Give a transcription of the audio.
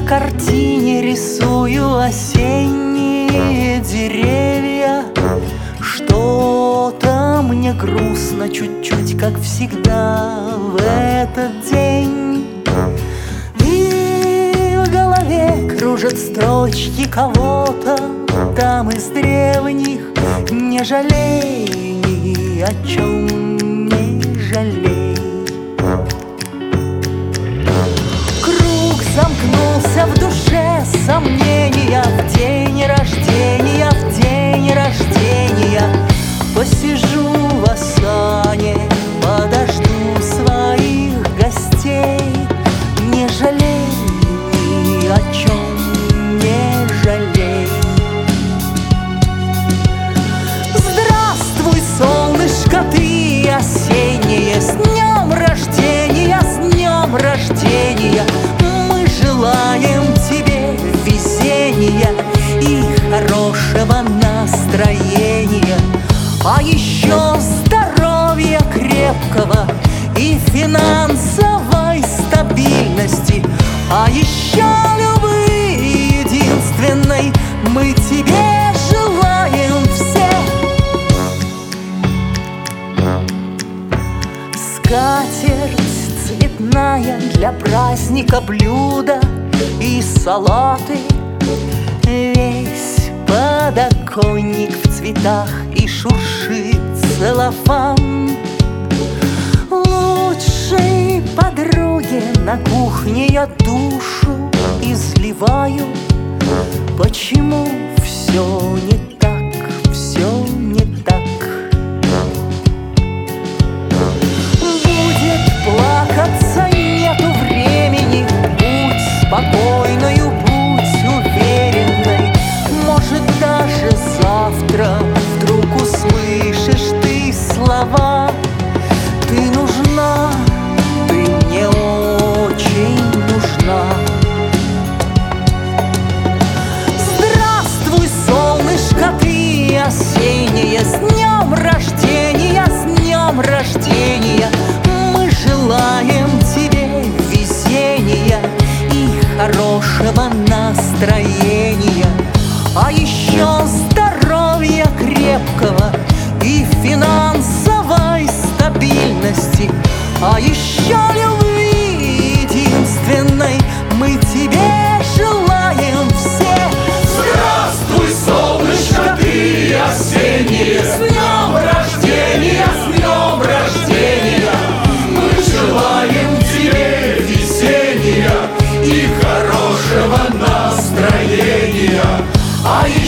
картине рисую осенние деревья. Что-то мне грустно чуть-чуть, как всегда в этот день. И в голове кружат строчки кого-то там из древних. Не жалей ни о чем, не жалей. Круг замкнулся в душе сомнения. В день рождения, в день рождения посижу в осане, подожду своих гостей. Не жалей ни о чем, не жалей. Здравствуй, солнышко, ты осеннее, с днем рождения, с днем рождения. Мы желаем тебе везения и хорошего настроения, а еще здоровья крепкого и финансовой стабильности, а еще любви единственной мы тебе желаем все. Скатерть цветная для праздника, блюда и салаты. Весь подоконник в цветах и шуршит целлофан. Лучшей подруге на кухне я душу изливаю. Почему все не так, все не так? Будет плакаться, нету времени. Будь спокойною, будь уверенной. Может, даже завтра вдруг услышишь ты слова: ты нужна, ты мне очень нужна. Здравствуй, солнышко, ты осеннее, с днем рождения, с днем рождения. Мы желаем тебе везения и хорошего настроения, а еще здоровья крепкого и финансовой стабильности, а еще любви единственной мы тебе желаем все. Здравствуй, солнышко, ты осеннее, с днем рождения, с днем рождения. Мы желаем тебе везения и хорошего настроения, а